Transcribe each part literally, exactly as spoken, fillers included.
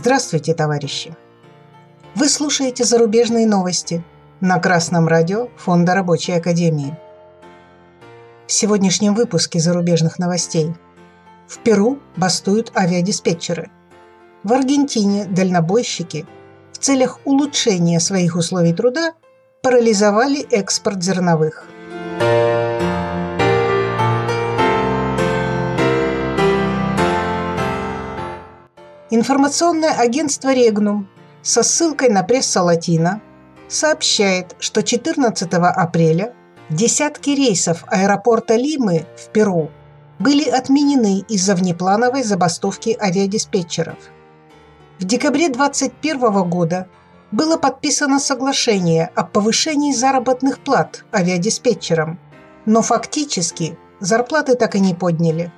Здравствуйте, товарищи! Вы слушаете зарубежные новости на Красном радио Фонда Рабочей Академии. В сегодняшнем выпуске зарубежных новостей. В Перу бастуют авиадиспетчеры. В Аргентине дальнобойщики в целях улучшения своих условий труда парализовали экспорт зерновых. Информационное агентство «Регнум» со ссылкой на пресса Латина сообщает, что четырнадцатого апреля десятки рейсов аэропорта Лимы в Перу были отменены из-за внеплановой забастовки авиадиспетчеров. В декабре двадцать первого года было подписано соглашение о повышении заработных плат авиадиспетчерам, но фактически зарплаты так и не подняли.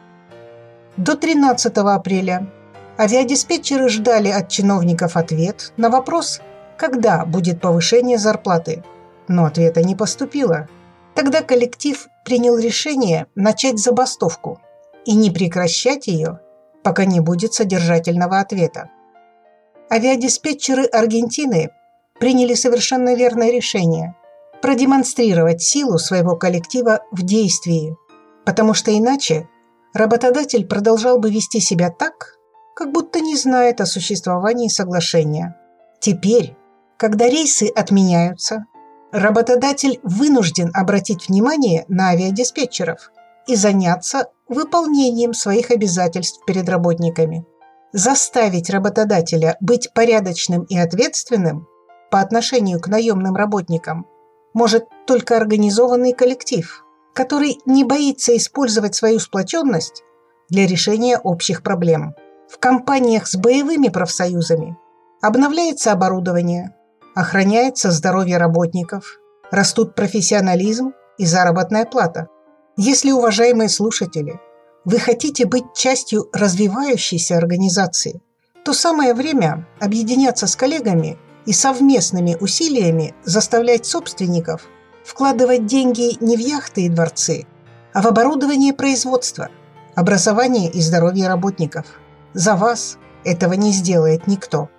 До тринадцатого апреля авиадиспетчеры ждали от чиновников ответ на вопрос, когда будет повышение зарплаты, но ответа не поступило. Тогда коллектив принял решение начать забастовку и не прекращать ее, пока не будет содержательного ответа. Авиадиспетчеры Аргентины приняли совершенно верное решение – продемонстрировать силу своего коллектива в действии, потому что иначе работодатель продолжал бы вести себя так, как будто не знает о существовании соглашения. Теперь, когда рейсы отменяются, работодатель вынужден обратить внимание на авиадиспетчеров и заняться выполнением своих обязательств перед работниками. Заставить работодателя быть порядочным и ответственным по отношению к наемным работникам может только организованный коллектив, который не боится использовать свою сплоченность для решения общих проблем. В компаниях с боевыми профсоюзами обновляется оборудование, охраняется здоровье работников, растут профессионализм и заработная плата. Если, уважаемые слушатели, вы хотите быть частью развивающейся организации, то самое время объединяться с коллегами и совместными усилиями заставлять собственников вкладывать деньги не в яхты и дворцы, а в оборудование производства, образование и здоровье работников. За вас этого не сделает никто.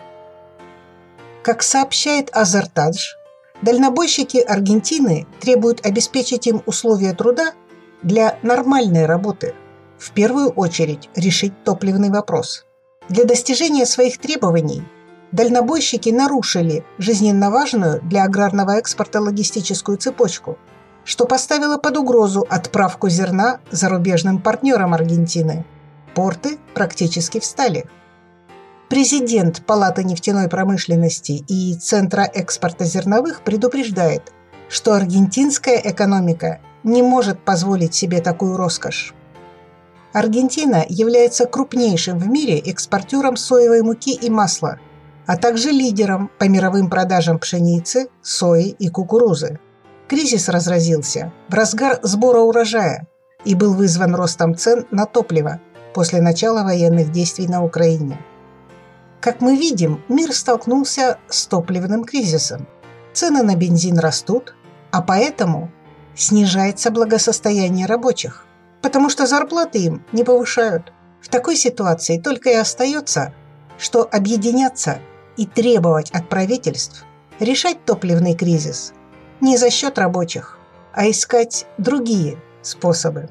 Как сообщает Азертадж, дальнобойщики Аргентины требуют обеспечить им условия труда для нормальной работы, в первую очередь решить топливный вопрос. Для достижения своих требований дальнобойщики нарушили жизненно важную для аграрного экспорта логистическую цепочку, что поставило под угрозу отправку зерна зарубежным партнерам Аргентины. Порты практически встали. Президент Палаты нефтяной промышленности и Центра экспорта зерновых предупреждает, что аргентинская экономика не может позволить себе такую роскошь. Аргентина является крупнейшим в мире экспортером соевой муки и масла, а также лидером по мировым продажам пшеницы, сои и кукурузы. Кризис разразился в разгар сбора урожая и был вызван ростом цен на топливо после начала военных действий на Украине. Как мы видим, мир столкнулся с топливным кризисом. Цены на бензин растут, а поэтому снижается благосостояние рабочих, потому что зарплаты им не повышают. В такой ситуации только и остается, что объединяться и требовать от правительств решать топливный кризис не за счет рабочих, а искать другие способы.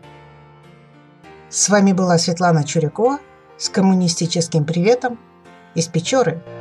С вами была Светлана Чурякова с коммунистическим приветом из Печоры.